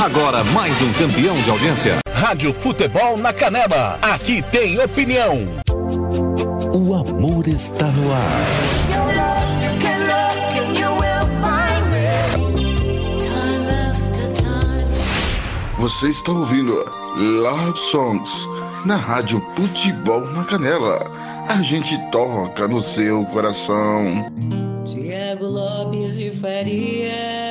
Agora mais um campeão de audiência. Rádio Futebol na Canela. Aqui tem opinião. O amor está no ar. Você está ouvindo Love Songs na Rádio Futebol na Canela. A gente toca no seu coração. Tiago Lopes de Faria.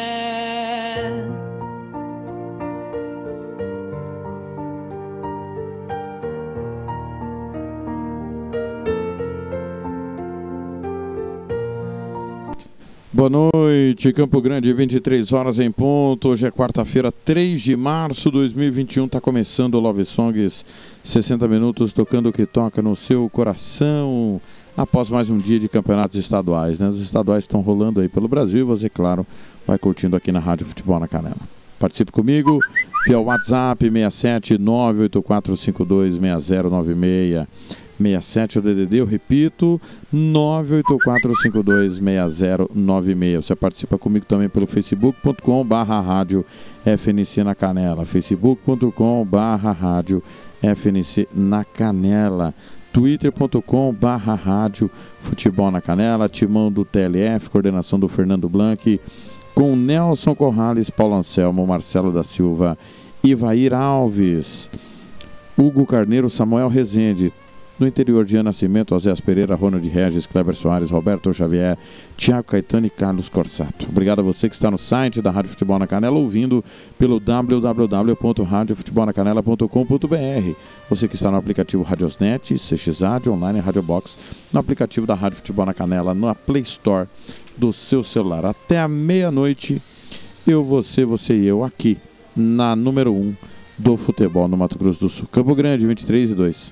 Boa noite, Campo Grande, 23 horas em ponto. Hoje é quarta-feira, 3 de março de 2021. Está começando o Love Songs, 60 minutos tocando o que toca no seu coração. Após mais um dia de campeonatos estaduais, né? Os estaduais estão rolando aí pelo Brasil e você, claro, vai curtindo aqui na Rádio Futebol na Canela. Participe comigo via WhatsApp 67984526096. 67 é o DDD, eu repito, 984526096. Você participa comigo também pelo facebook.com/rádio FNC na Canela, facebook.com/rádio FNC na Canela, twitter.com/rádio Futebol na Canela, timão do TLF, coordenação do Fernando Blanc, com Nelson Corrales, Paulo Anselmo, Marcelo da Silva, Ivair Alves, Hugo Carneiro, Samuel Rezende. No interior de Nascimento, Osés Pereira, Ronald Regis, Kleber Soares, Roberto Xavier, Thiago Caetano e Carlos Corsato. Obrigado a você que está no site da Rádio Futebol na Canela, ouvindo pelo www.radiofutebolnacanela.com.br. Você que está no aplicativo Radiosnet, CXAD, online Rádio Box, no aplicativo da Rádio Futebol na Canela, na Play Store do seu celular. Até a meia-noite, você e eu, aqui na número 1 do futebol no Mato Grosso do Sul. Campo Grande, 23-2.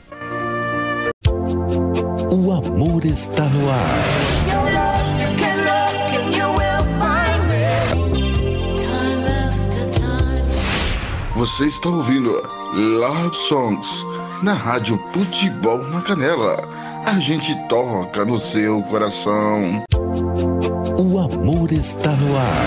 O amor está no ar. Você está ouvindo Love Songs na Rádio Futebol na Canela. A gente toca no seu coração. O amor está no ar.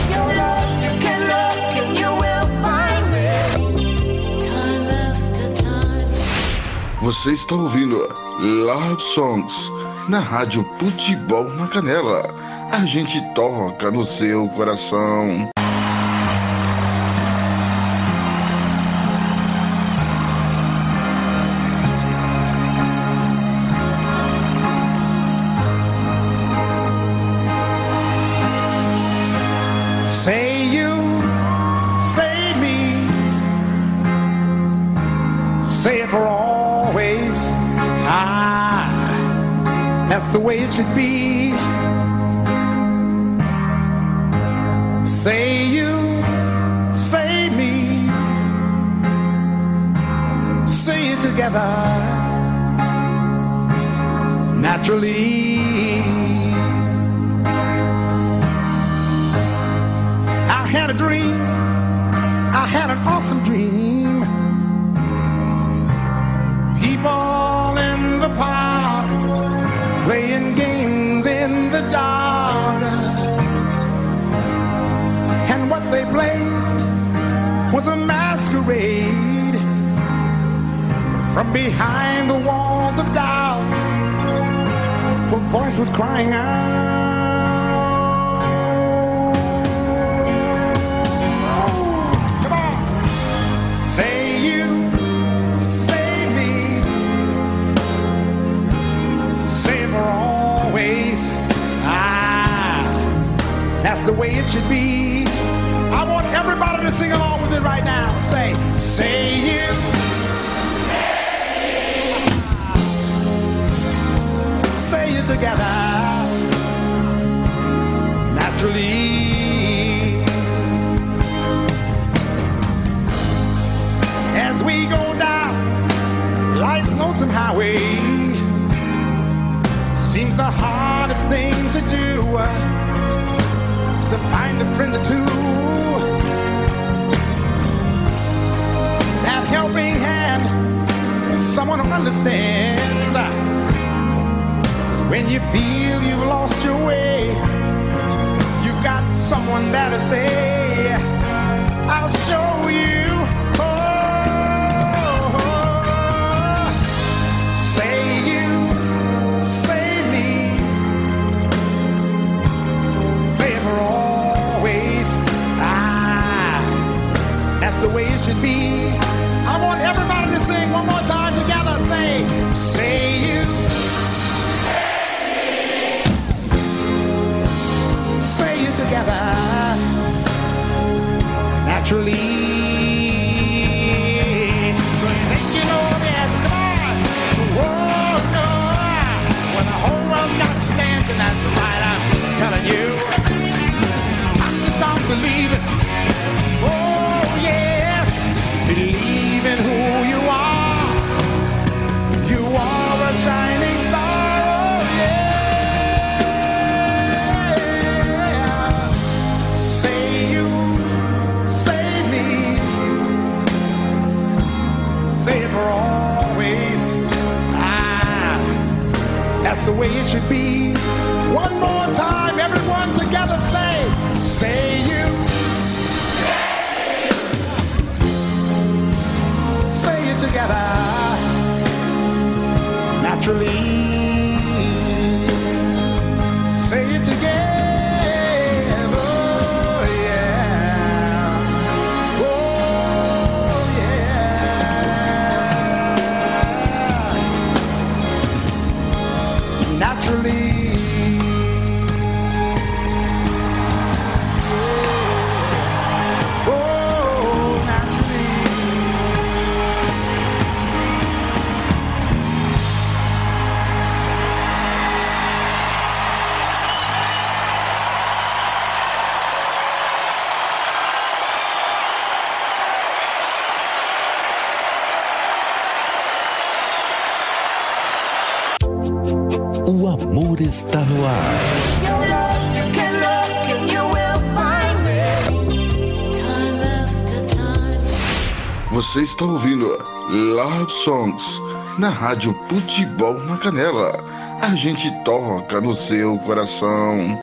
Você está ouvindo Love Songs na Rádio Futebol na Canela. A gente toca no seu coração. Say you, say me, say it for always. That's the way it should be. Say you, say me, say it together naturally. I had a dream, I had an awesome dream. People in the park playing games in the dark, and what they played was a masquerade. From behind the walls of doubt, her voice was crying out. Come on, say you, say me, say for always. That's the way it should be. I want everybody to sing along with it right now. Say you, say it together naturally. As we go down life's lonesome highway, seems the hardest thing to do is to find a friend or two. That helping hand, someone who understands. It's when you feel you've lost your way, you got someone there to say, I'll show you. Oh, say you, say me, say it for always. That's the way it should be. I want everybody to sing one more time together. Say you. Say you together. Naturally. So you think you know the answers? Come on. Whoa, no. When the whole world's got you dancing, that's right. I'm telling you. I can stop believing. Oh, yes. Believe in who you are. You are a shining star. Oh, yeah. Say you. Say it for always. That's the way it should be. One more time, everyone together say you. Say it together. Naturally. Say it together. O amor está no ar. Você está ouvindo Love Songs na Rádio Futebol na Canela. A gente toca no seu coração.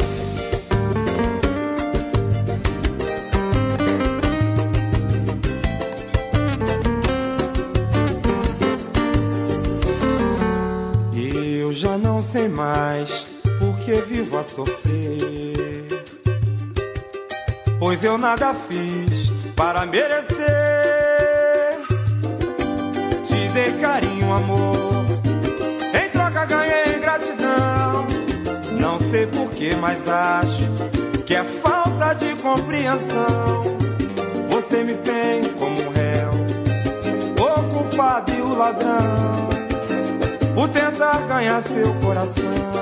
Eu já não sei mais porque vivo a sofrer, pois eu nada fiz para merecer. Te dei carinho, amor, em troca ganhei gratidão. Não sei porquê, mas acho que é falta de compreensão. Você me tem como réu, o culpado e o ladrão, por tentar ganhar seu coração.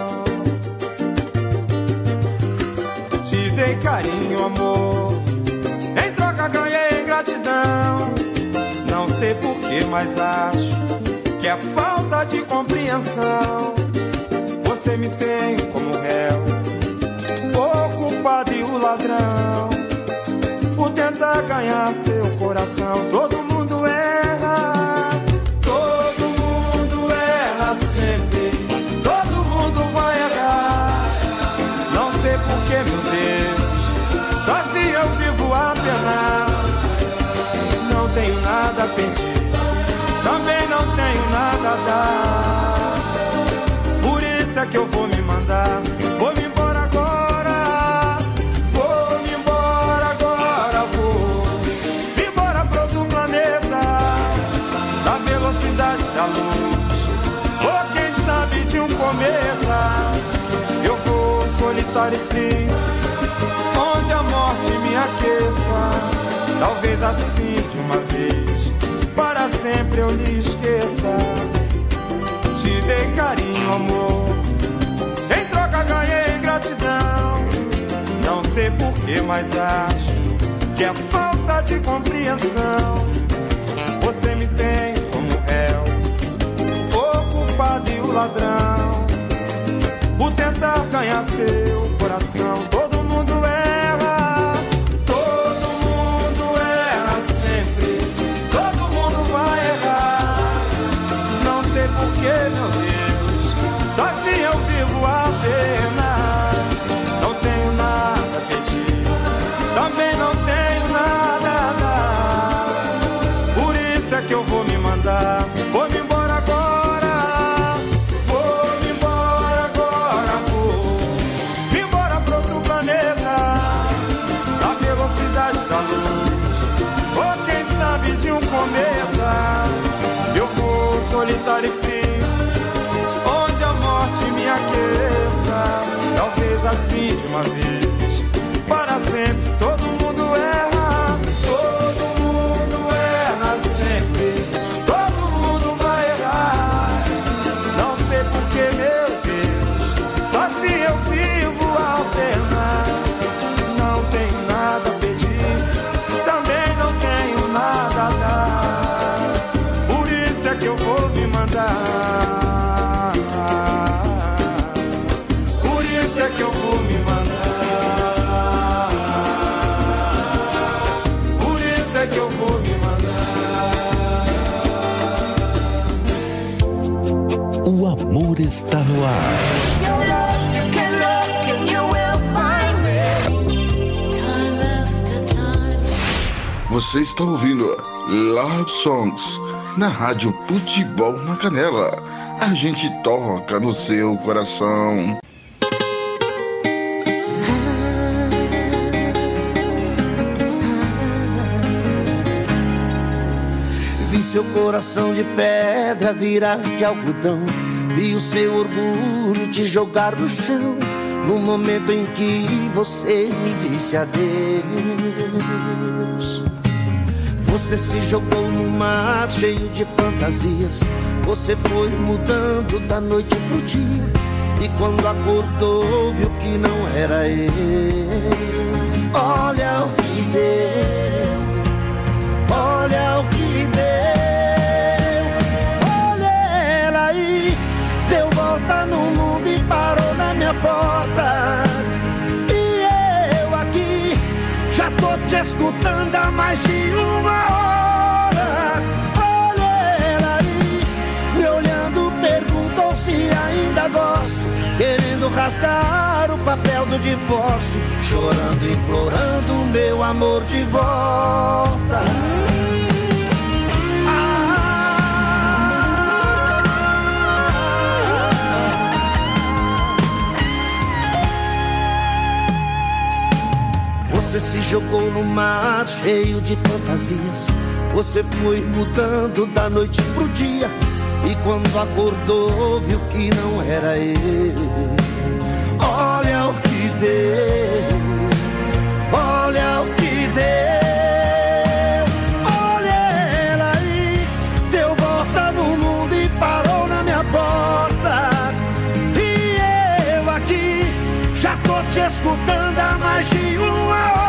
Te dei carinho, amor, em troca ganhei gratidão. Não sei porquê, mas acho que é falta de compreensão. Você me tem como réu, o culpado e o ladrão, por tentar ganhar seu coração. Todo mundo erra, todo mundo erra sempre, todo mundo vai errar. Não sei porquê, meu Deus, sozinho eu vivo a penar. Não tenho nada a pedir, também não tenho nada a dar. Por isso é que eu vou me mandar, vou me embora agora. Vou me embora agora, vou me embora pra outro planeta, da velocidade da luz, ou quem sabe de um cometa. Eu vou solitário e frio, onde a morte me aqueça. Talvez assim de uma vez, para sempre eu lhe esqueça. Te dei carinho, amor, em troca ganhei gratidão. Não sei porquê, mas acho que é falta de compreensão. Você me tem como réu, o culpado e o ladrão, por tentar ganhar seu coração. Todo mundo erra, todo mundo erra sempre, todo mundo vai errar. Não sei porquê, meu Deus, só assim eu vivo a pena. Não tenho nada a pedir, também não tenho nada amor está no ar. Você está ouvindo Love Songs na Rádio Futebol na Canela. A gente toca no seu coração. Vi seu coração de pedra virar de algodão, vi o seu orgulho te jogar no chão, no momento em que você me disse adeus. Você se jogou no mar cheio de fantasias, você foi mudando da noite pro dia, e quando acordou viu que não era eu. Olha o que deu, olha o que deu. Olha ela aí, deu volta no mundo e parou na minha porta. E eu aqui já tô te escutando há mais de uma hora. Olha ela aí, me olhando, perguntou se ainda gosto, querendo rasgar o papel do divórcio, chorando, implorando meu amor de volta. Você se jogou no mar cheio de fantasias, você foi mudando da noite pro dia, e quando acordou viu que não era eu. Olha o que deu, olha o que deu. Olha ela aí, deu volta no mundo e parou na minha porta. E eu aqui já tô te escutando há mais de uma hora.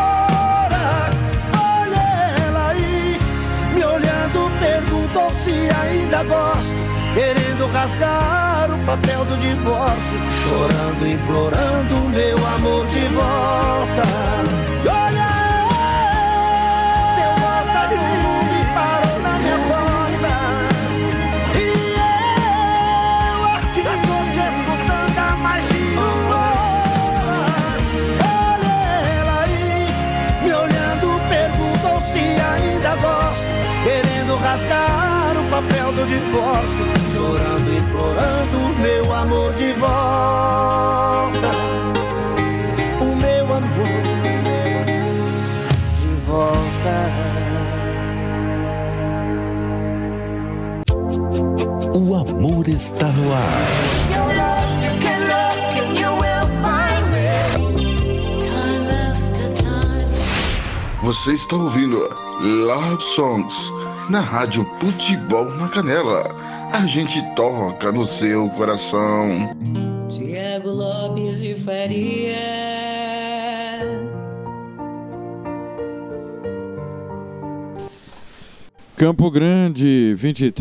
Olha ela aí, me olhando, perguntou se ainda gosto, querendo rasgar o papel do divórcio, chorando, implorando meu amor de volta. Olha ela, deu volta no mundo e parou na minha porta. E eu aqui já tô te escutando há mais de uma hora. Se ainda gosto, querendo rasgar o papel do divórcio, chorando, implorando meu amor de volta. O meu amor de volta. O amor está no ar. Você está ouvindo Love Songs na Rádio Futebol na Canela. A gente toca no seu coração. Tiago Lopes de Faria. Campo Grande,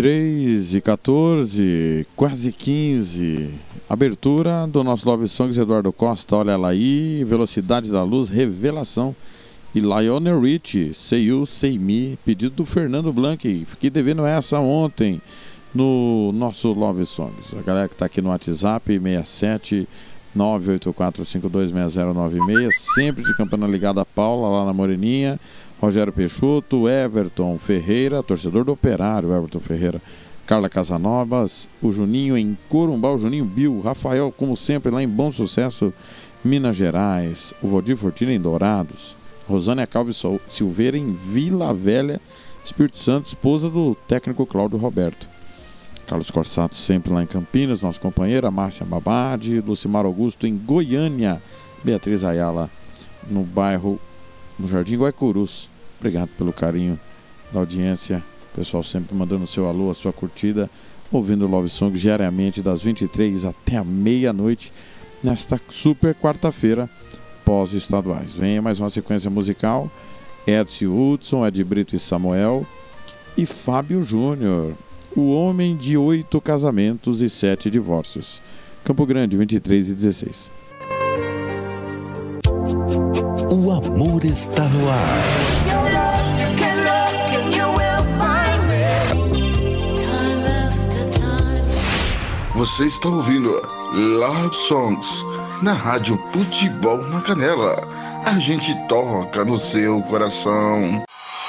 23:14, quase 15. Abertura do nosso Love Songs, Eduardo Costa, olha ela aí, Velocidade da Luz, Revelação. E Lionel Richie, Say You, Say Me, pedido do Fernando Blanc. Fiquei devendo essa ontem no nosso Love Songs. A galera que está aqui no WhatsApp, 67984526096, sempre de campana ligada a Paula, lá na Moreninha, Rogério Peixoto, Everton Ferreira, torcedor do Operário, Everton Ferreira, Carla Casanovas, o Juninho em Corumbá, o Juninho Bill, Rafael, como sempre, lá em Bom Sucesso, Minas Gerais, o Valdir Fortino em Dourados, Rosânia Calves Silveira em Vila Velha, Espírito Santo, esposa do técnico Cláudio Roberto. Carlos Corsato sempre lá em Campinas, nosso companheiro, a Márcia Babadi, Lucimar Augusto em Goiânia, Beatriz Ayala no bairro, no Jardim Guaicurus. Obrigado pelo carinho da audiência, o pessoal sempre mandando o seu alô, a sua curtida, ouvindo o Love Song diariamente das 23 até a meia-noite, nesta super quarta-feira, pós-estaduais. Venha mais uma sequência musical, Edson Hudson, Ed Brito e Samuel e Fábio Júnior, o homem de 8 casamentos e 7 divórcios. Campo Grande, 23:16. O amor está no ar. Você está ouvindo Love Songs na Rádio Futebol na Canela. A gente toca no seu coração.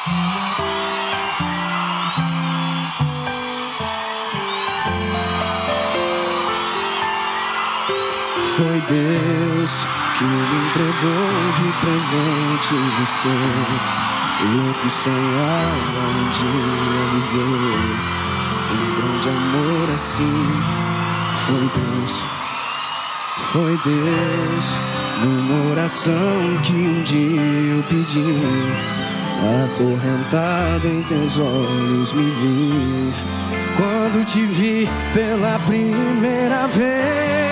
Foi Deus que me entregou de presente você. Eu que sonhava um dia viver um grande amor assim. Foi Deus, numa oração que um dia eu pedi. Acorrentado em teus olhos me vi, quando te vi pela primeira vez.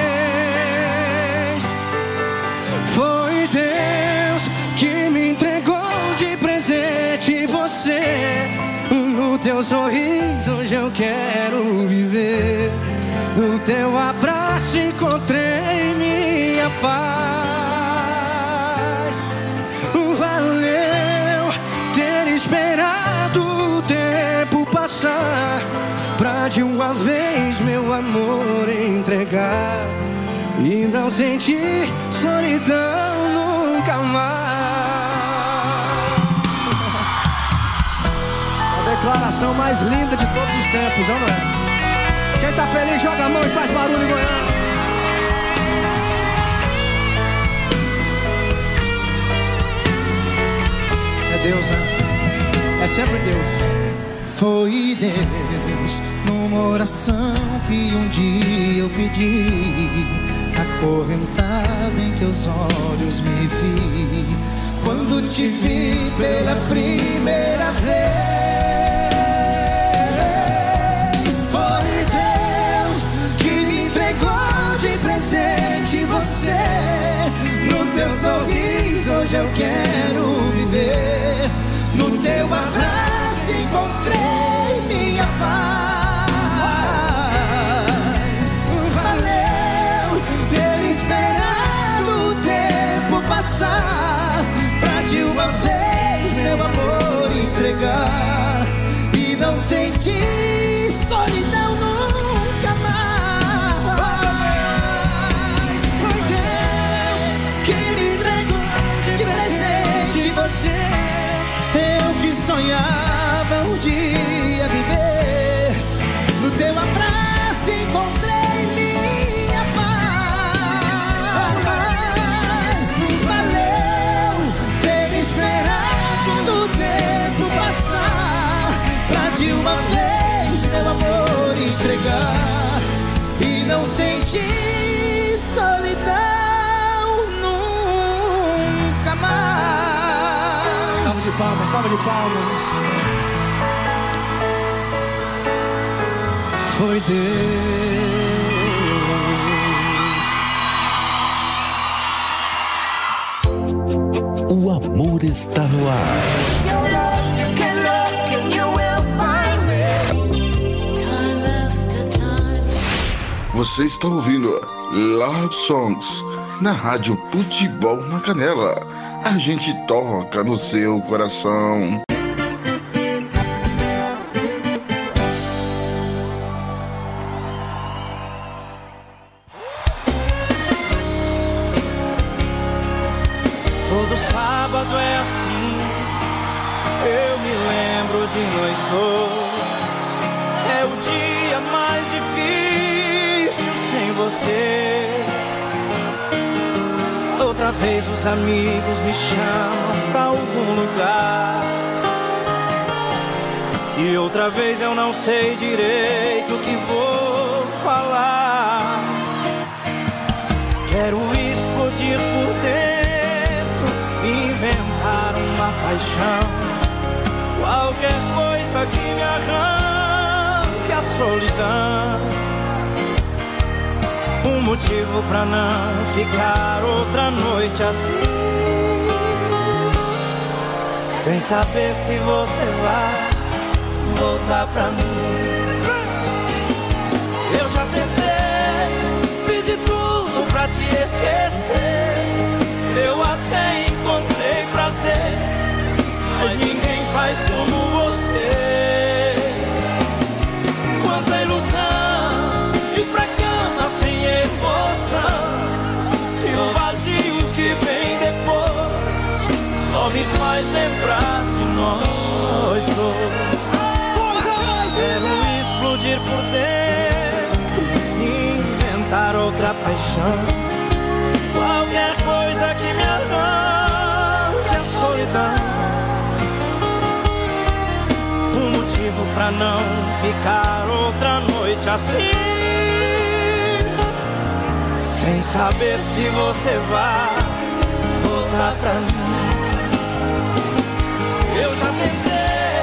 Foi Deus que me entregou de presente você. No teu sorriso hoje eu quero viver. No teu abraço encontrei minha paz. Valeu ter esperado o tempo passar, pra de uma vez meu amor entregar e não sentir solidão nunca mais. A declaração mais linda de todos os tempos, não é? Quem tá feliz joga a mão e faz barulho em Goiânia. É Deus, né? É sempre Deus. Foi Deus, numa oração que um dia eu pedi. Acorrentado em teus olhos me vi, quando te vi pela primeira vez. Foi Deus que me entregou de presente você. No teu sorriso hoje eu quero viver. No teu abraço encontrei minha paz. Valeu ter esperado o tempo passar, pra de uma vez meu amor entregar e não sentir solidão nunca mais. Foi Deus que me entregou de presente você. Eu que sonhava um dia viver. No teu abraço encontrei minha paz. Valeu ter esperado o tempo passar, pra de uma vez meu amor entregar e não sentir solidão nunca mais. Salve de palmas, salve de palmas. Foi Deus. O amor está no ar. Você está ouvindo Love Songs na Rádio Futebol na Canela. A gente toca no seu coração. Todo sábado é assim, eu me lembro de nós dois. É o dia mais difícil sem você. Outra vez os amigos me chamam pra algum lugar, e outra vez eu não sei direito o que vou falar. Quero explodir por dentro, inventar uma paixão, qualquer coisa que me arranque a solidão. Um motivo pra não ficar outra noite assim, sem saber se você vai voltar pra mim. Eu já tentei, fiz de tudo pra te esquecer. Eu até encontrei prazer, mas ninguém faz como você. Quanta ilusão, e pra cá só me faz lembrar de nós dois. Quero explodir por dentro, inventar outra paixão, qualquer coisa que me arranque a solidão, um motivo pra não ficar outra noite assim, sem saber se você vai voltar pra mim. Eu já tentei,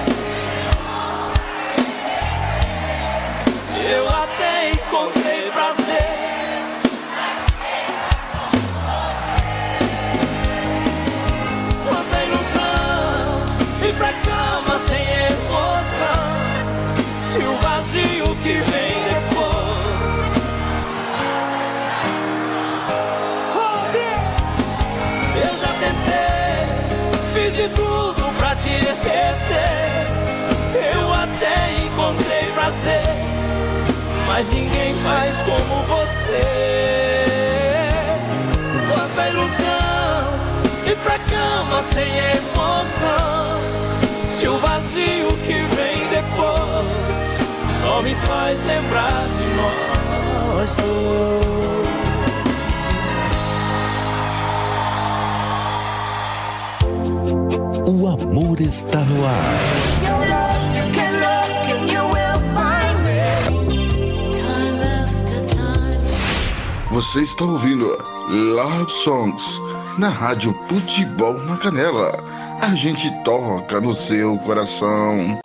eu até encontrei prazer, quanta ilusão, ir pra cama sem emoção, se o vazio que vem depois. Eu já tentei, fiz de tudo pra te esquecer, eu até encontrei prazer, mas ninguém faz como você. Quanta ilusão, ir pra cama sem emoção, se o vazio que vem depois só me faz lembrar de nós dois. O amor está no ar. Você está ouvindo Love Songs na Rádio Futebol na Canela. A gente toca no seu coração.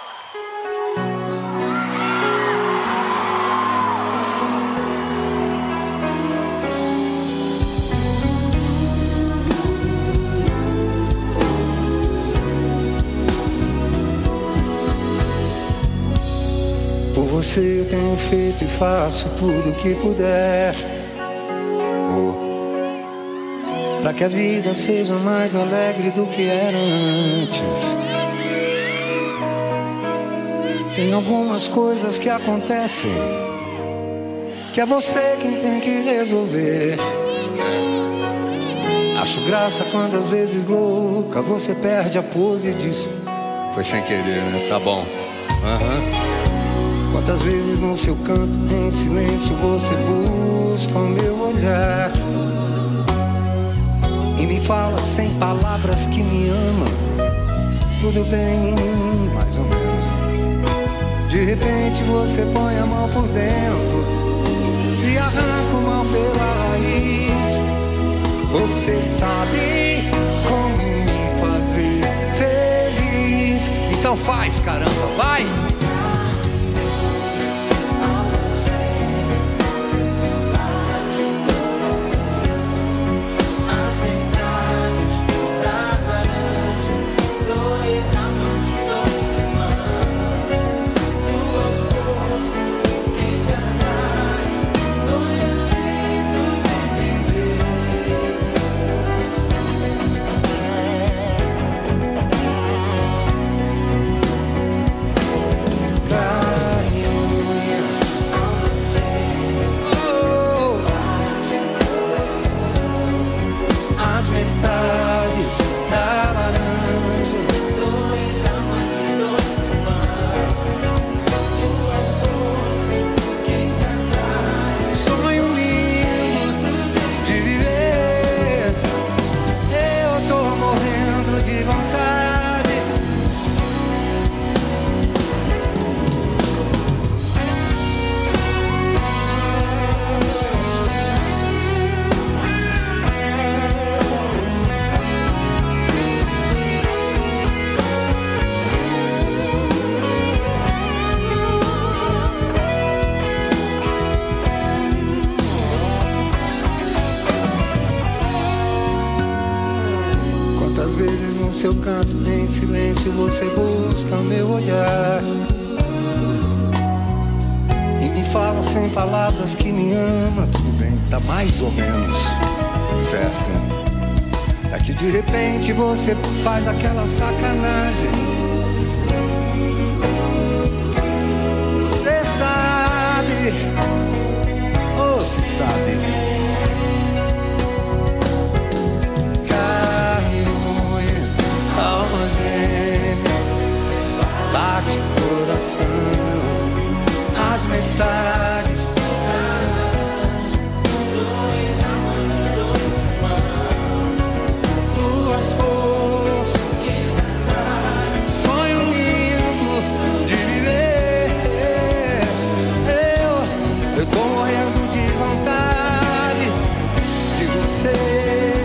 Por você eu tenho feito e faço tudo o que puder, pra que a vida seja mais alegre do que era antes. Tem algumas coisas que acontecem que é você quem tem que resolver. Acho graça quando às vezes louca você perde a pose e diz: foi sem querer, né? Tá bom. Quantas vezes no seu canto, em silêncio, você busca o meu olhar e me fala sem palavras que me ama. Tudo bem, mais ou menos. De repente você põe a mão por dentro e arranca o mal pela raiz. Você sabe como me fazer feliz. Então faz, caramba, vai! No seu canto, em silêncio, você busca o meu olhar e me fala sem palavras que me ama. Tudo bem, tá mais ou menos certo. É que de repente você faz aquela sacanagem. Você sabe, ou se sabe, as metades. Dois amantes, dois irmãos, duas forças, sonho lindo de viver. Eu tô morrendo de vontade de você.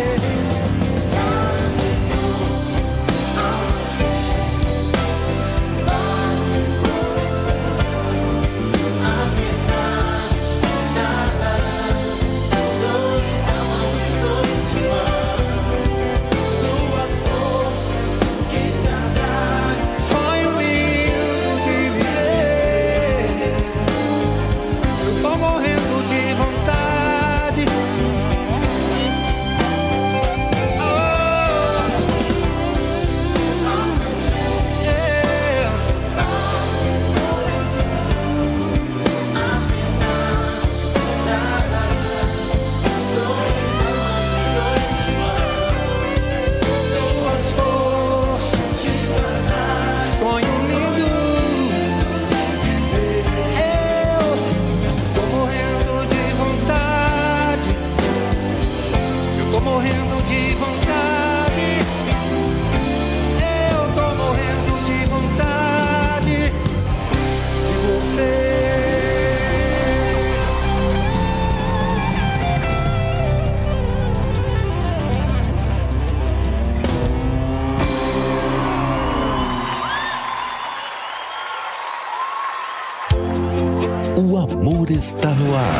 O amor está no ar.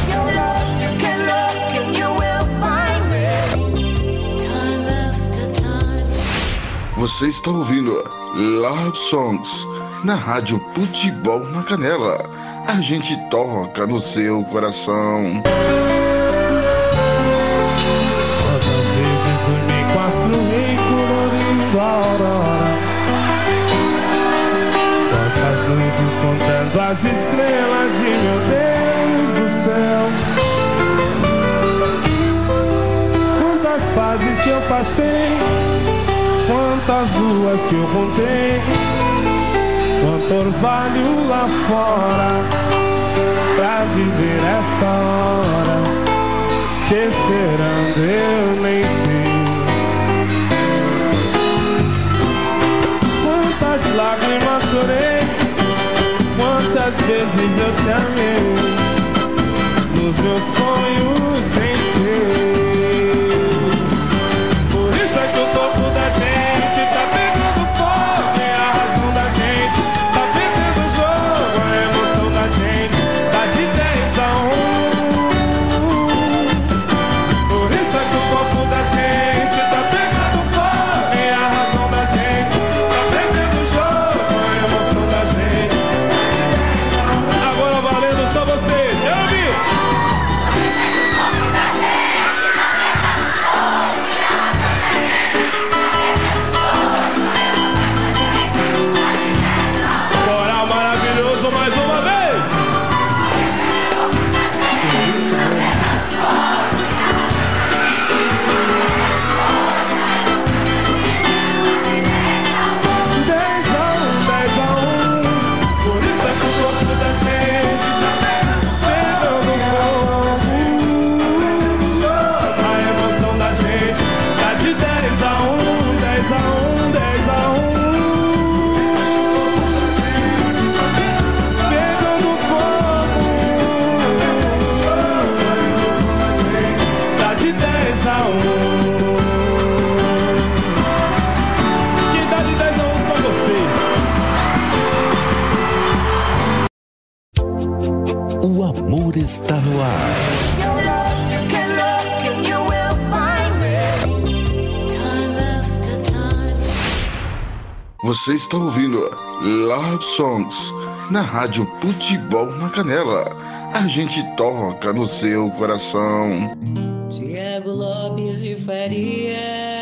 Você está ouvindo Love Songs na Rádio Futebol na Canela. A gente toca no seu coração. Quantas vezes dormi com a sorrir colorindo a aurora, quantas noites contando as estrelas de meu Deus do céu, quantas fases que eu passei, quantas luas que eu contei, quanto orvalho lá fora, pra viver essa hora, te esperando eu nem sei. Quantas lágrimas chorei, quantas vezes eu te amei, nos meus sonhos nem sei. Por isso é que o corpo da gente tá pegando fogo, é a razão da gente tá pegando o jogo, a emoção da gente tá de 10 a 1. Por isso é que o corpo da gente tá pegando fogo, é a razão da gente tá pegando o jogo, a emoção da gente. Agora valendo só vocês, eu vi. Coral maravilhoso mais uma vez. Isso, por isso é que o corpo da gente tá pegando fogo, a emoção da gente tá de 10 a 1, 10 a 1, 10 a 1, pegando fogo, tá de 10 a 1. Quem tá de 10 a 1 são vocês. O amor está no ar. Você está ouvindo Love Songs na Rádio Futebol na Canela. A gente toca no seu coração. Tiago Lopes de Faria.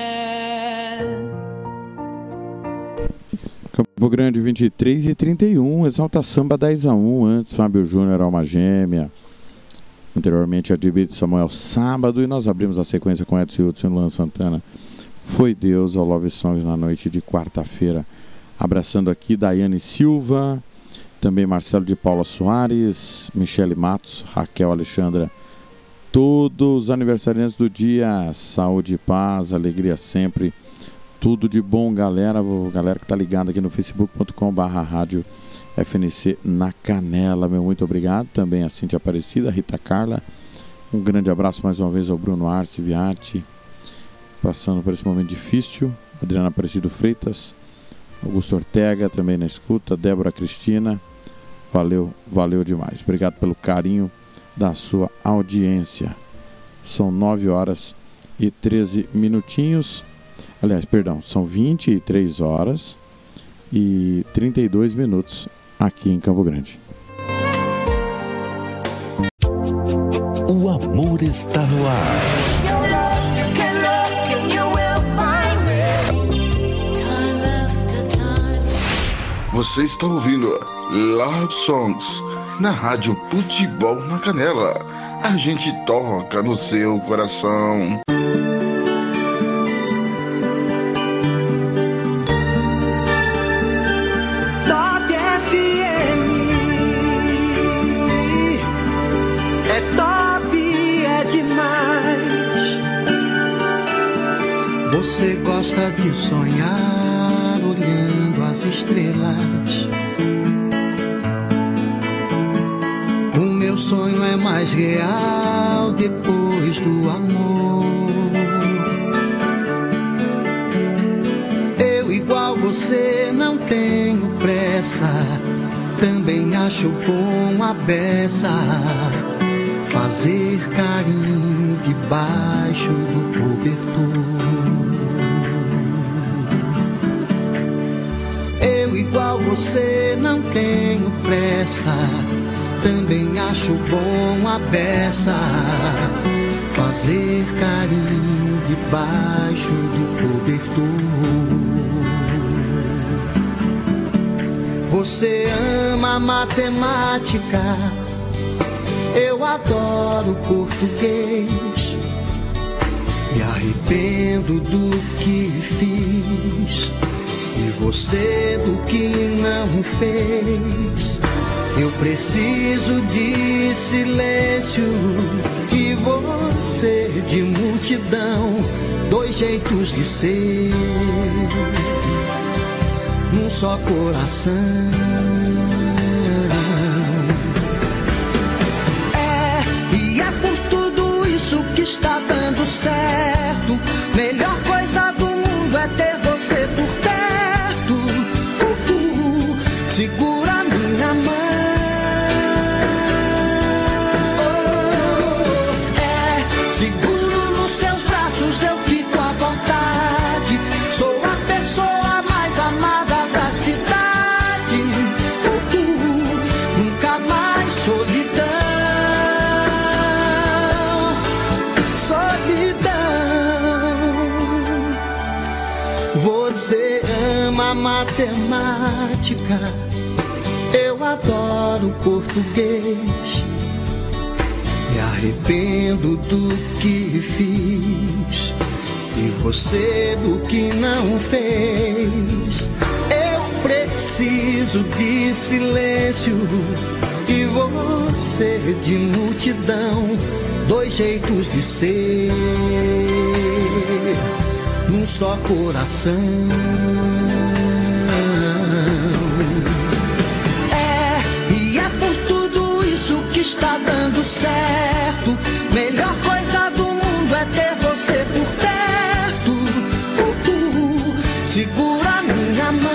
Campo Grande 23 e 31, Exalta Samba 10 a 1, antes Fábio Júnior, Alma Gêmea, anteriormente Adibito Samuel, Sábado, e nós abrimos a sequência com Edson Hudson e Luan Santana, Foi Deus, ao Love Songs na noite de quarta-feira. Abraçando aqui Daiane Silva, também Marcelo de Paula Soares, Michele Matos, Raquel Alexandra, todos os aniversariantes do dia, saúde e paz, alegria sempre, tudo de bom, galera que está ligada aqui no facebook.com/rádio FNC na Canela, meu muito obrigado, também a Cíntia Aparecida, a Rita Carla, um grande abraço mais uma vez ao Bruno Arce Viatti, passando por esse momento difícil, Adriana Aparecido Freitas, Augusto Ortega também na escuta, Débora Cristina, valeu demais, obrigado pelo carinho da sua audiência. São 9h13, aliás, perdão, são 23h32 aqui em Campo Grande. O amor está no ar. Você está ouvindo Love Songs na Rádio Futebol na Canela. A gente toca no seu coração. Top FM é top, é demais. Você gosta de sonhar olhando as estrelas. O meu sonho é mais real depois do amor. Eu, igual você, não tenho pressa. Também acho bom a beça fazer carinho debaixo do cobertor. Eu, igual você, não tenho pressa. Também acho bom a beça fazer carinho debaixo do cobertor. Você ama matemática, eu adoro português. Me arrependo do que fiz e você do que não fez. Eu preciso de silêncio e você de multidão. Dois jeitos de ser num só coração. E é por tudo isso que está dando certo. Melhor coisa do mundo é ter você por perto. Segura minha mão. Seguro nos seus braços, eu fico à vontade. Sou a pessoa mais amada da cidade. Nunca mais solidão. Você ama matemática, eu adoro português. Me arrependo do que fiz e você do que não fez. Eu preciso de silêncio e você de multidão. Dois jeitos de ser num só coração. E é por tudo isso que está dando certo. Melhor coisa do mundo é ter você por perto. Segura minha mão.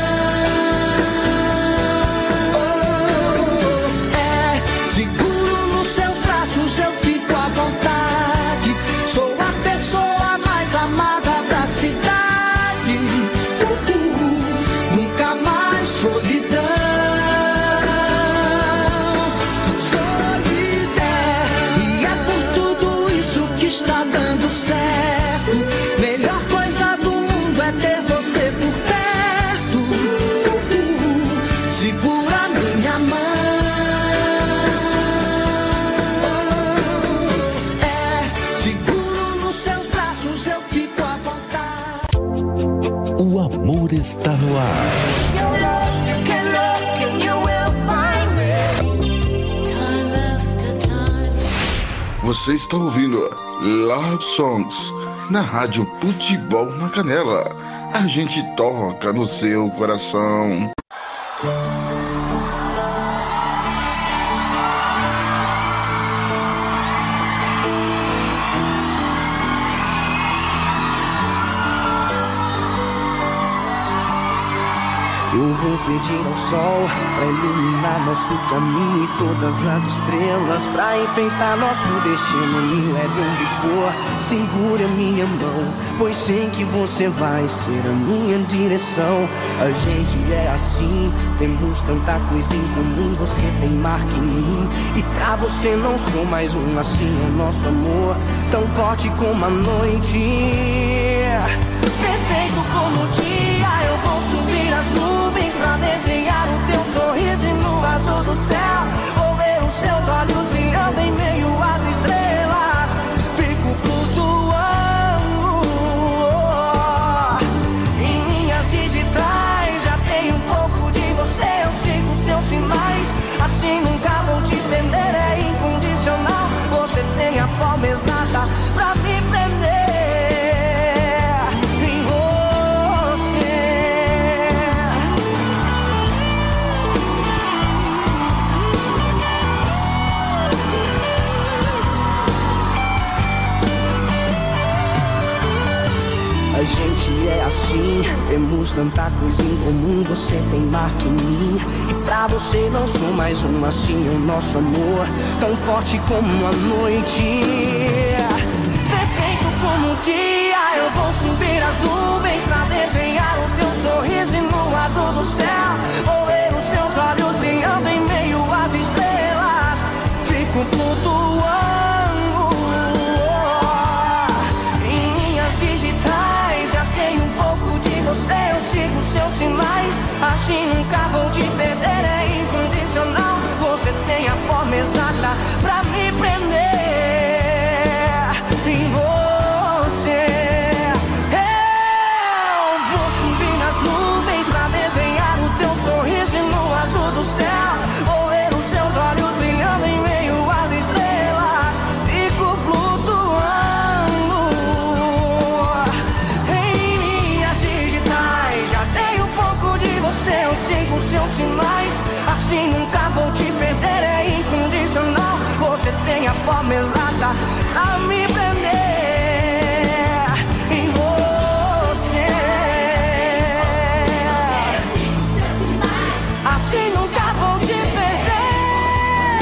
Seguro nos seus braços, eu fico à vontade. Sou a pessoa mais amada da cidade. Nunca mais solidão. Está dando certo. Melhor coisa do mundo é ter você por perto. Segura minha mão. Seguro nos seus braços, eu fico à vontade. O amor está no ar. You can look and you will Você está ouvindo Love Songs na Rádio Futebol na Canela. A gente toca no seu coração. Eu vou pedir ao sol pra iluminar nosso caminho e todas as estrelas pra enfeitar nosso destino. Me leve onde for, segure a minha mão, pois sei que você vai ser a minha direção. A gente é assim, temos tanta coisa em comum. Você tem marca em mim e pra você não sou mais um. Assim é o nosso amor, tão forte como a noite, perfeito como o dia. Eu vou subir as nuvens pra desenhar o teu sorriso e no azul do céu vou ver os seus olhos brilhando em meio às estrelas. Fico flutuando em minhas digitais. Já tenho um pouco de você, eu sigo seus sinais. Assim nunca vou te perder, é incondicional. Você tem a forma exata pra me prender. A gente é assim, temos tanta coisa em comum. Você tem marca em mim e pra você não sou mais um. Assim é o nosso amor, tão forte como a noite, perfeito como o dia. Eu vou subir as nuvens pra desenhar o teu sorriso e no azul do céu vou ver os seus olhos brilhando em meio às estrelas. Fico flutuando em minhas digitais. Já tenho um pouco de você, eu sigo seus sinais. Assim nunca vou te perder, é incondicional. Você tem a forma exata pra me prender em você. Eu vou subir nas nuvens pra desenhar o teu sorriso e no azul do céu vou ver os seus olhos brilhando em meio às estrelas. Fico flutuando em minhas digitais. Já tenho um pouco de você, eu sigo seus sinais. Assim nunca vou te perder, é incondicional. Você tem a forma exata pra me prender em você. Assim nunca vou te perder,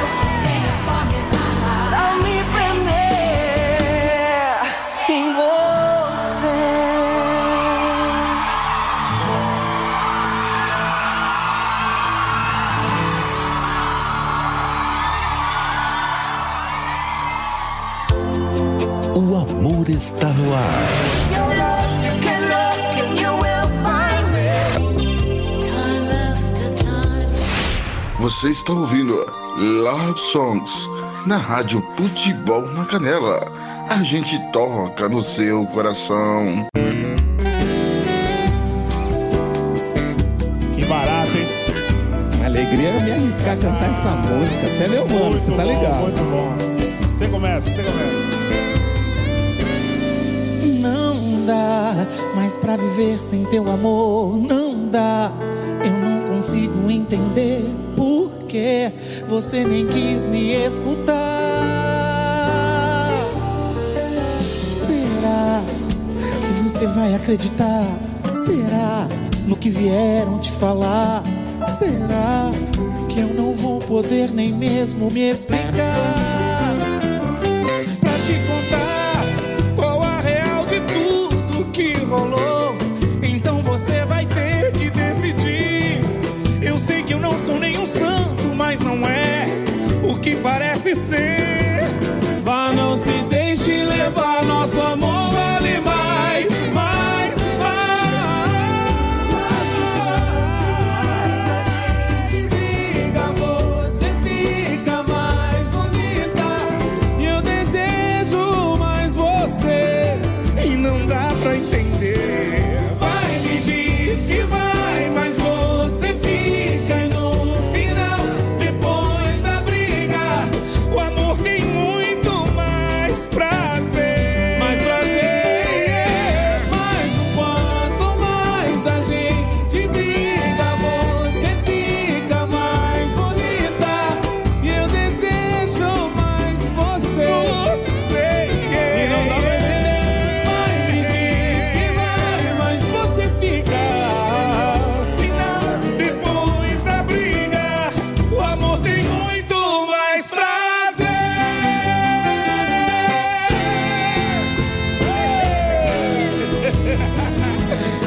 pra me prender em você. O amor está no ar. Você está ouvindo Love Songs na Rádio Futebol na Canela. A gente toca no seu coração. Que barato, hein? Alegria é me arriscar a cantar essa música. Você é meu mano, você tá ligado? Muito bom. Você começa. Não dá mais pra viver sem teu amor. Não dá, eu não consigo entender por que você nem quis me escutar. Será que você vai acreditar? Será no que vieram te falar? Será que eu não vou poder nem mesmo me explicar? Pra te contar qual a real de tudo que rolou, então você vai ter que decidir. Eu sei que eu não sou nenhum santo, mas não é o que parece ser. Vá, não se deixe levar, nosso amor vale mais, mais, mais. Briga, você fica mais bonita.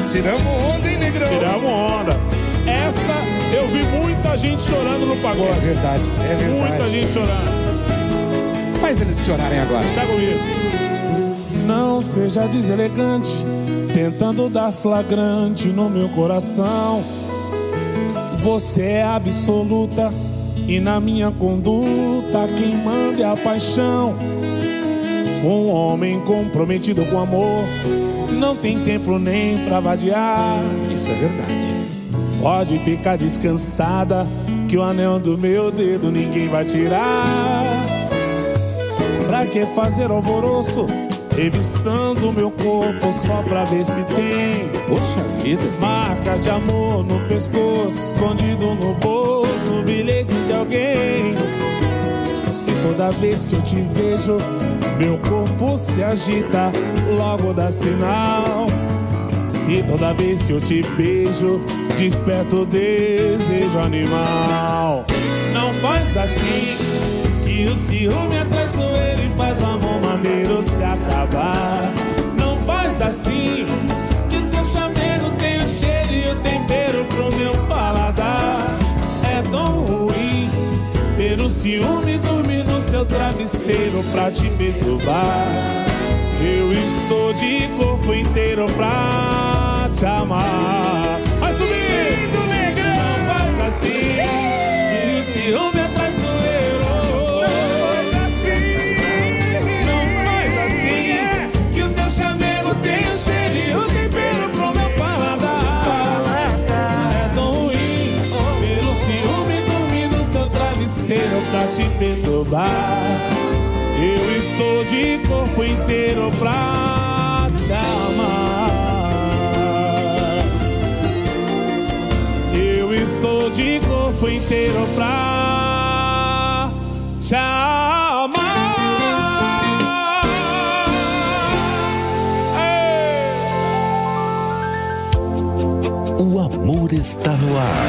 Tiramos onda, hein, Negrão? Tiramos onda. Essa eu vi muita gente chorando no pagode. É verdade. Muita gente chorando. Faz eles chorarem agora. Tá comigo. Não seja deselegante, tentando dar flagrante no meu coração. Você é absoluta e na minha conduta quem manda é a paixão. Um homem comprometido com amor não tem tempo nem pra vadiar. Isso é verdade. Pode ficar descansada que o anel do meu dedo ninguém vai tirar. Pra que fazer alvoroço, revistando meu corpo só pra ver se tem, poxa vida, marca de amor no pescoço, escondido no bolso, bilhete de alguém. Se toda vez que eu te vejo, meu corpo se agita, logo dá sinal. Se toda vez que eu te beijo, desperta o desejo animal. Não faz assim, que o ciúme é traiçoeiro e faz o amor maneiro se acabar. Não faz assim, que teu chamego tem o cheiro e o tempero pro meu paladar. É tão ruim ver o ciúme dormir no seu travesseiro pra te perturbar. Eu estou de corpo inteiro pra te amar. Vai subindo, negrão! Não faz assim, que o ciúme é traiçoeiro. Não faz assim, não faz assim, que o teu chamego tem o cheiro e o tempero pro meu paladar. É tão ruim ver o ciúme dormir no seu travesseiro pra te perturbar. Eu estou de corpo inteiro pra te amar. Eu estou de corpo inteiro pra te amar. O amor está no ar.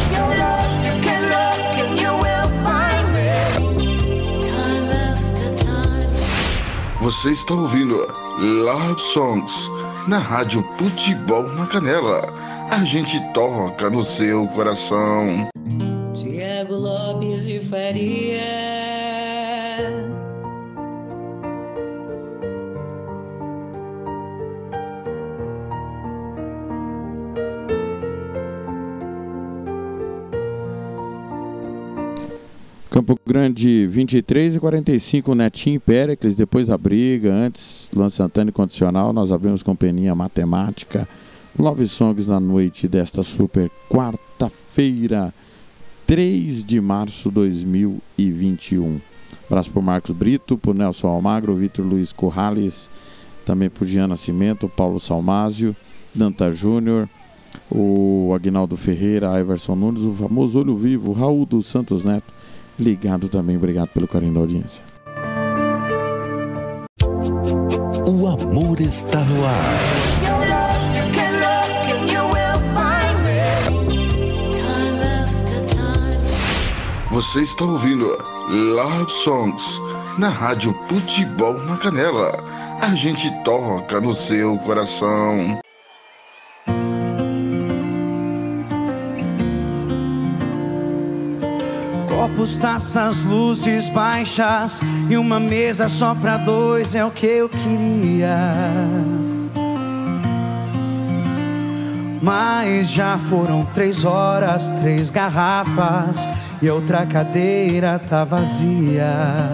Você está ouvindo Love Songs na Rádio Futebol na Canela. A gente toca no seu coração. Tiago Lopes de Faria. Campo Grande 23h45, Netinho e Péricles, depois da briga, antes Luan Santana e Condicional, nós abrimos com Peninha Matemática. Love Songs na noite desta super quarta-feira, 3 de março de 2021. Abraço por Marcos Brito, por Nelson Almagro, Vitor Luiz Corrales, também por Jean Nascimento, Paulo Salmásio, Danta Júnior, o Aguinaldo Ferreira, Everson Nunes, o famoso Olho Vivo, Raul dos Santos Neto, ligado também, obrigado pelo carinho da audiência. O amor está no ar. Você está ouvindo Love Songs na Rádio Futebol na Canela. A gente toca no seu coração. Copos, taças, luzes baixas e uma mesa só pra dois é o que eu queria. Mas já foram 3 horas, 3 garrafas e outra cadeira tá vazia.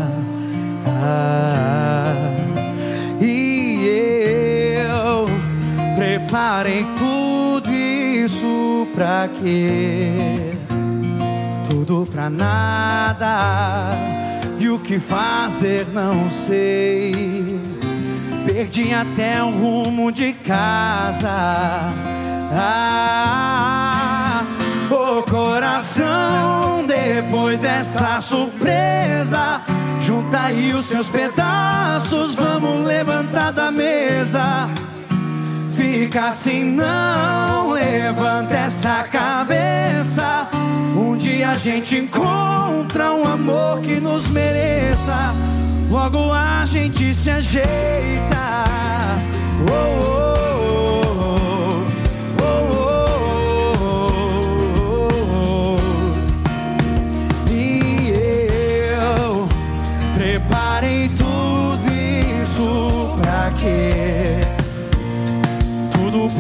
E eu preparei tudo isso pra quê? Tudo pra nada, e o que fazer não sei. Perdi até o rumo de casa. O coração, depois dessa surpresa, junta aí os seus pedaços, vamos levantar da mesa. Fica assim não, levanta essa cabeça. Um dia a gente encontra um amor que nos mereça. Logo a gente se ajeita.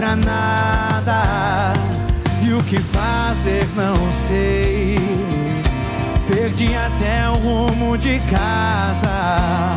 pra nada. E o que fazer não sei. Perdi até o rumo de casa.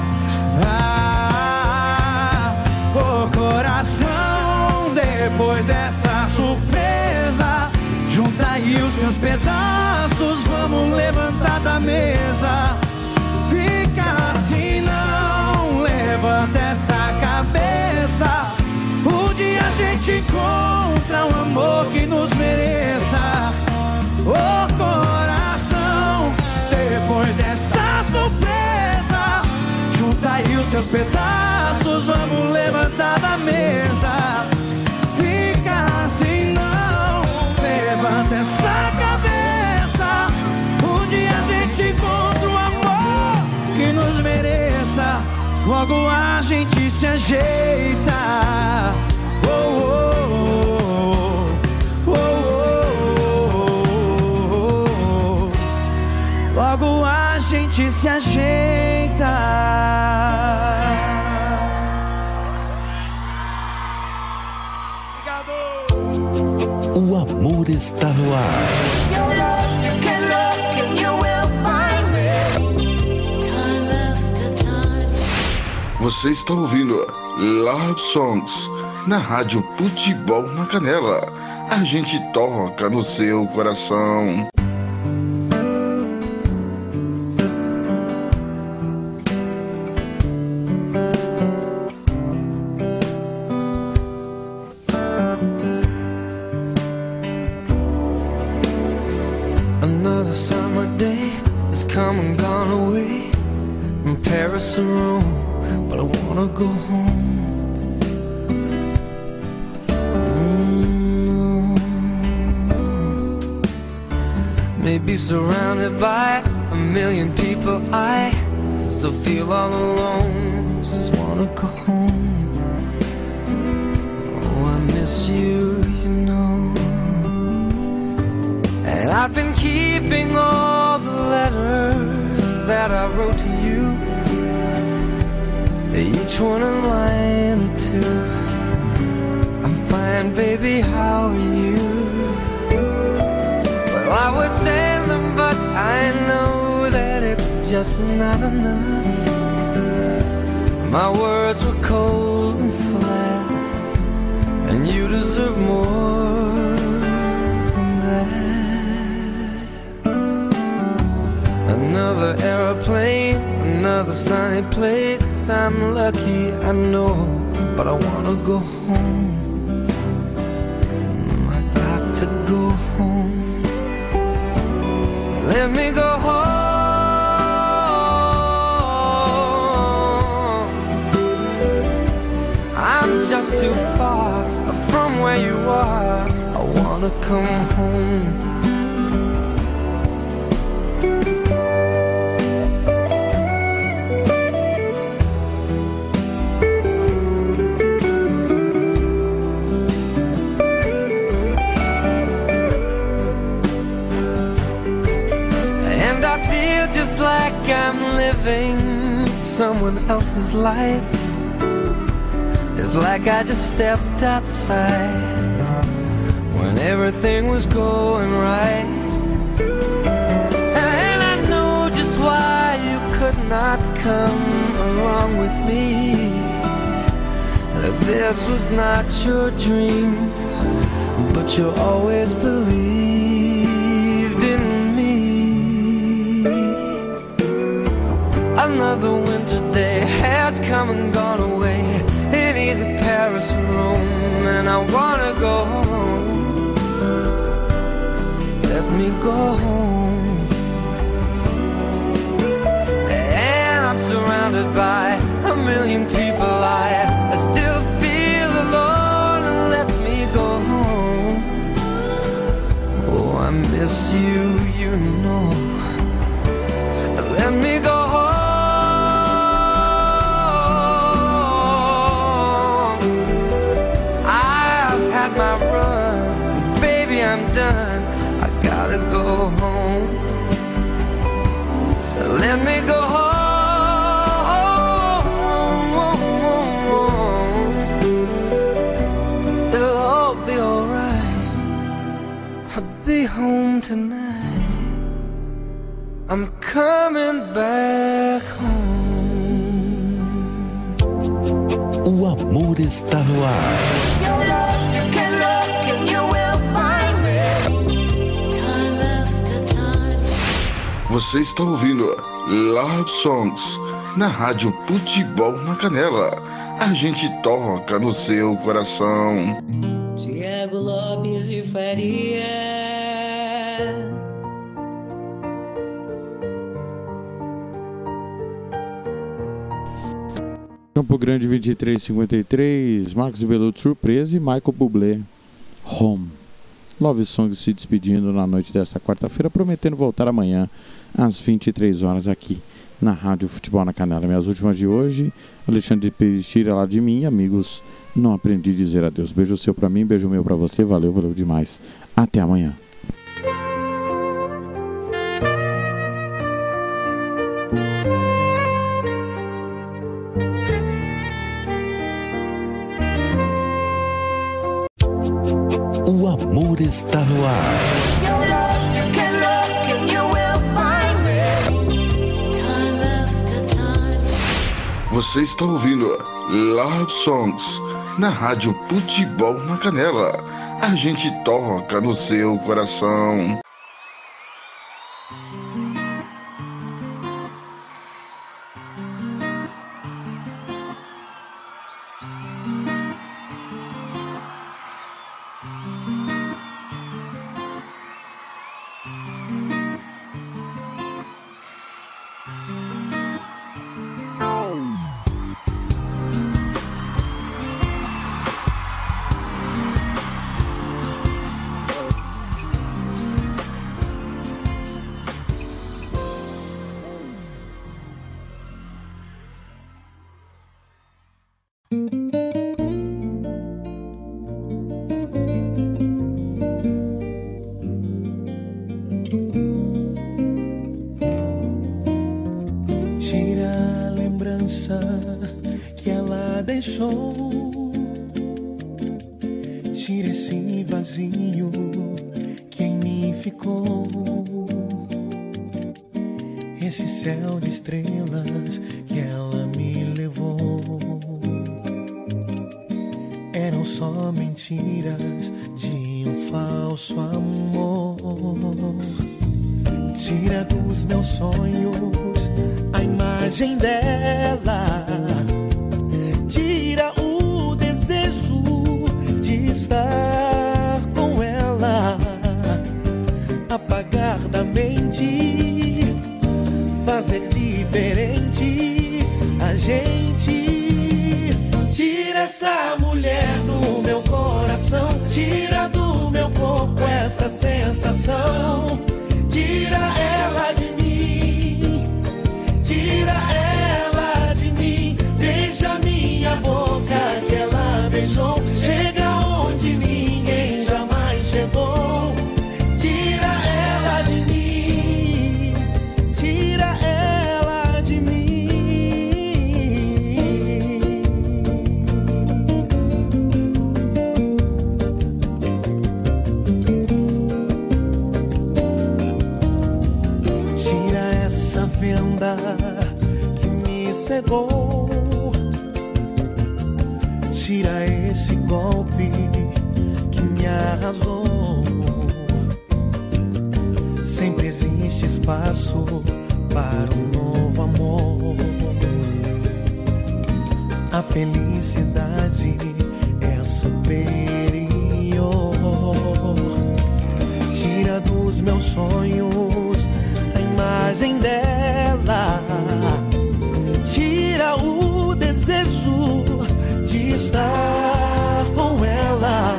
O coração, depois dessa surpresa, junta aí os teus pedaços, vamos levantar da mesa. Fica assim não, levanta essa cabeça. Um dia a gente encontra um amor que nos mereça. O coração, depois dessa surpresa, junta aí os seus pedaços, vamos levantar da mesa. Fica assim não, levanta essa cabeça. Um dia a gente encontra um amor que nos mereça. Logo a gente se ajeita. Oh, oh, oh, oh, oh, oh. Logo a gente se ajeita. O amor está no ar. Você está ouvindo Love Songs na Rádio Futebol na Canela. A gente toca no seu coração. Another summer day has come and gone away from Paris or Rome, but I wanna go home. Maybe surrounded by a million people, I still feel all alone. Just wanna go home. Oh, I miss you, you know. And I've been keeping all the letters that I wrote to you, each one a line or two. I'm fine, baby, how are you? Well, I would send them, but I know that it's just not enough. My words were cold and flat, and you deserve more than that. Another airplane, another sunny place. I'm lucky, I know, but I wanna go home. I got to go home. Let me go home. I'm just too far from where you are. I wanna come home. Just like I'm living someone else's life. It's like I just stepped outside when everything was going right. And I know just why you could not come along with me. That this was not your dream, but you always believed in me. Another winter day has come and gone away in either Paris or Rome, and I wanna go home. Let me go home. And I'm surrounded by a million people. I still feel alone, and let me go home. Oh, I miss you, you know. Let me go home. My run, baby, I'm done. I gotta go home. Let me go home. It'll all I'll be home tonight. I'm coming back home. O amor está no ar. Você está ouvindo Love Songs na Rádio Futebol na Canela. A gente toca no seu coração. Tiago Lopes de Faria. Campo Grande 2353, Marcos Beluto Surpresa e Michael Bublé Home. Love Songs se despedindo na noite desta quarta-feira, prometendo voltar amanhã às 23 horas aqui na Rádio Futebol na Canela. Minhas últimas de hoje, Alexandre Peixeira lá de mim, amigos, não aprendi a dizer adeus. Beijo seu pra mim, beijo meu pra você, valeu demais. Até amanhã. O amor está no ar. Você está ouvindo Love Songs na Rádio Futebol na Canela. A gente toca no seu coração. Tira a lembrança que ela deixou, tira esse vazio que em mim ficou, esse céu de estrelas que ela me levou. Eram só mentiras de um falso amor. Tira dos meus sonhos a imagem dela, tira o desejo de estar com ela, apagar da mente, fazer diferente a gente. Tira essa mulher do meu coração, tira do meu corpo essa sensação, tira ela de mim, tira ela de mim, deixa minha boca que ela beijou, chega onde ninguém jamais chegou. Tira ela de mim, tira ela de mim. Venda que me cegou, tira esse golpe que me arrasou. Sempre existe espaço para um novo amor. A felicidade é superior. Tira dos meus sonhos a imagem dela, tira o desejo de estar com ela,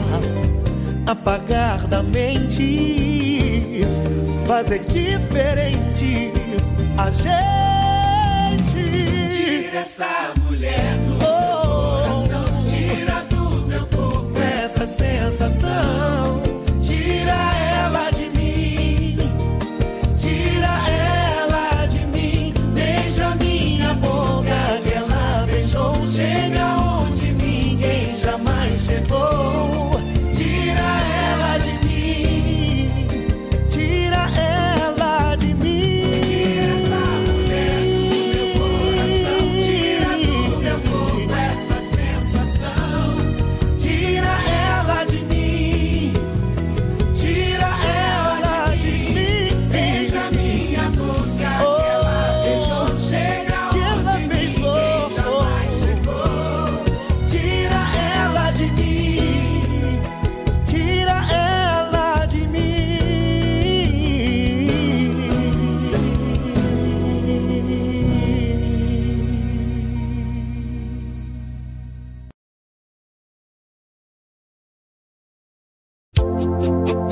apagar da mente, fazer diferente a gente. Tira essa mulher do meu coração, tira do meu corpo essa sensação, tira ela de mim, tira ela de mim, deixa minha boca que ela beijou, chega onde ninguém jamais chegou. Tira ela de mim,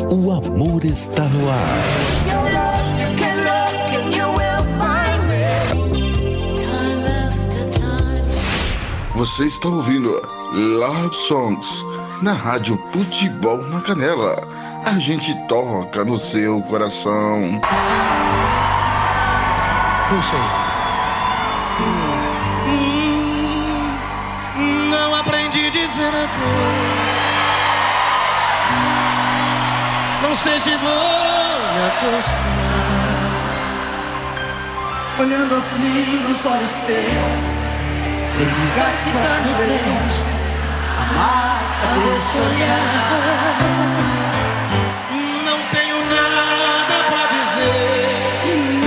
O amor está no ar. Você está ouvindo Love Songs na Rádio Futebol na Canela. A gente toca no seu coração. Puxa aí. Não aprendi a dizer adeus. Não sei se vou me acostumar. Olhando assim nos olhos teus, sem ficar nos meus, a marca desse olhar. Não tenho nada pra dizer.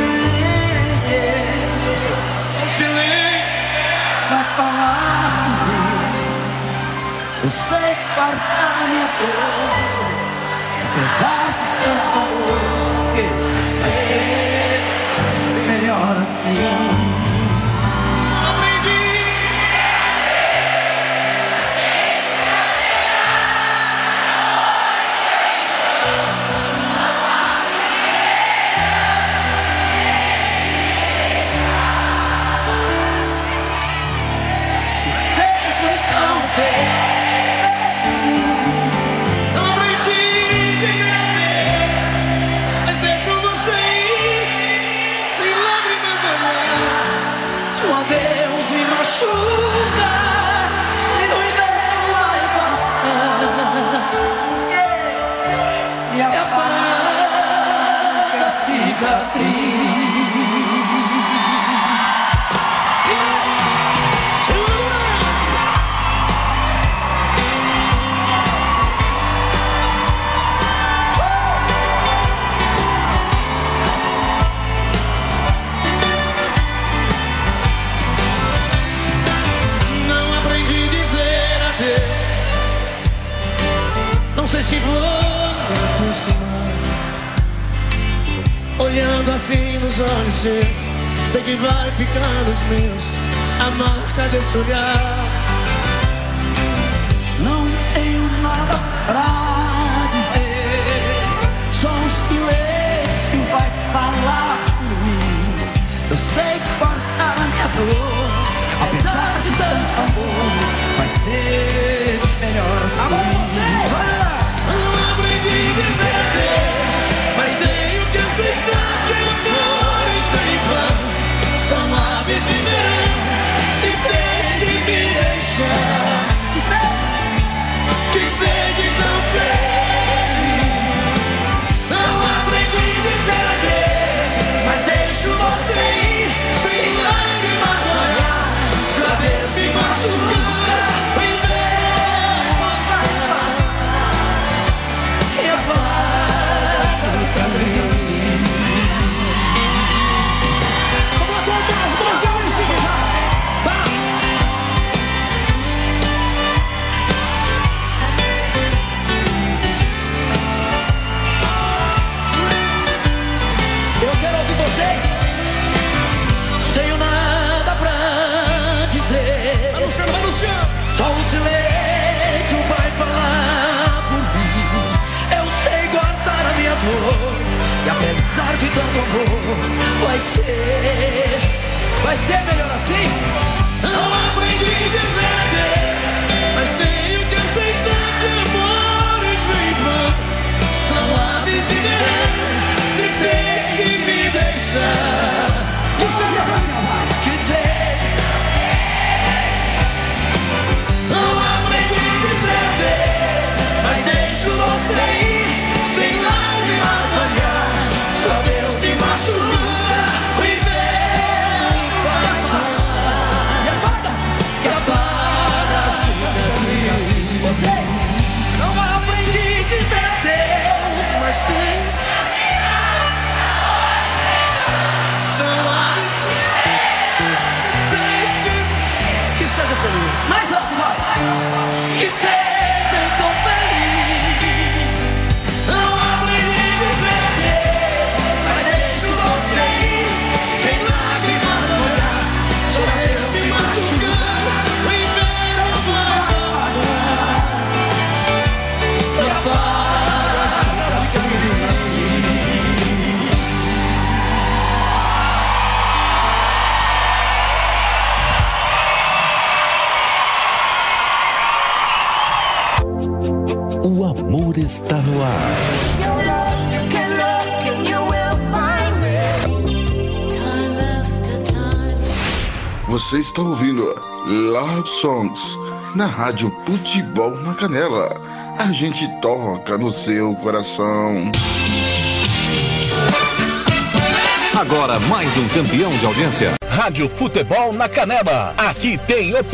Só um silêncio vai falar por mim. Eu sei guardar a minha dor, apesar de tanto amor, que vai ser melhor assim. Não aprendi a dizer adeus, mas deixo você ir, sem lágrimas no olhar. Se o adeus me machuca e o inverno vai passar, e apaga a cicatriz. Se vou me acostumar, olhando assim nos olhos seus, sei que vai ficar nos meus a marca desse olhar. Não tenho nada pra dizer, só um silêncio vai falar por mim. Eu sei guardar a minha dor, apesar de tanto amor, vai ser melhor assim. Agora você! Não aprendi a dizer adeus, mas tenho que aceitar que amores vêm e vão, são aves de verão, se tens que me deixar, que seja tão feliz. Não aprendi a dizer adeus, mas deixo você ir, sem lágrimas no olhar, se o adeus me machucar. Só o silêncio vai falar por mim. Eu sei guardar a minha dor, e apesar de tanto amor, vai ser melhor assim. Não aprendi a dizer adeus, mas tenho que aceitar que amores vêm e vão, são aves de verão, se tens que me deixar. Que seja. Mas deixo você ir, sem lágrimas no olhar, só Deus me machuca, o inverno vai passar, e apaga a cicatriz. Vocês não aprendi a dizer adeus, mas tem, são aves, que seja feliz. Mais alto vai, que seja. está no ar. Você está ouvindo Love Songs na Rádio Futebol na Canela. A gente toca no seu coração. Agora mais um campeão de audiência. Rádio Futebol na Canela. Aqui tem opinião.